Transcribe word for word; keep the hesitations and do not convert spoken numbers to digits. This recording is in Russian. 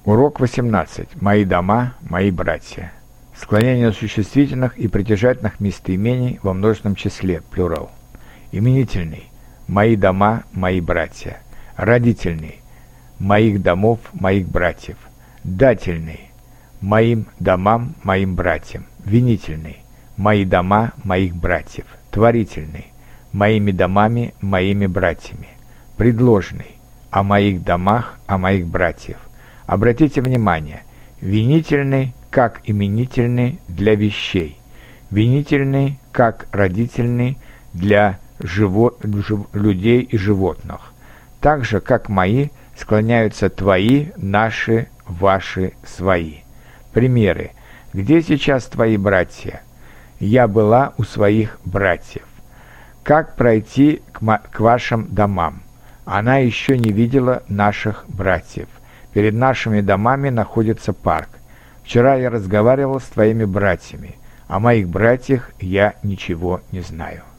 Урок восемнадцать. Мои дома, мои братья. Склонение существительных и притяжательных местоимений во множественном числе, плюрал. Именительный. Мои дома, мои братья. Родительный. Моих домов, моих братьев. Дательный. Моим домам, моим братьям. Винительный. Мои дома, моих братьев. Творительный. Моими домами, моими братьями. Предложный. О моих домах, о моих братьев. Обратите внимание, винительный как именительный для вещей, винительный как родительный для живо- жив- людей и животных. Так же, как мои, склоняются твои, наши, ваши, свои. Примеры. Где сейчас твои братья? Я была у своих братьев. Как пройти к, ма- к вашим домам? Она еще не видела наших братьев. Перед нашими домами находится парк. Вчера я разговаривал с твоими братьями. О моих братьях я ничего не знаю.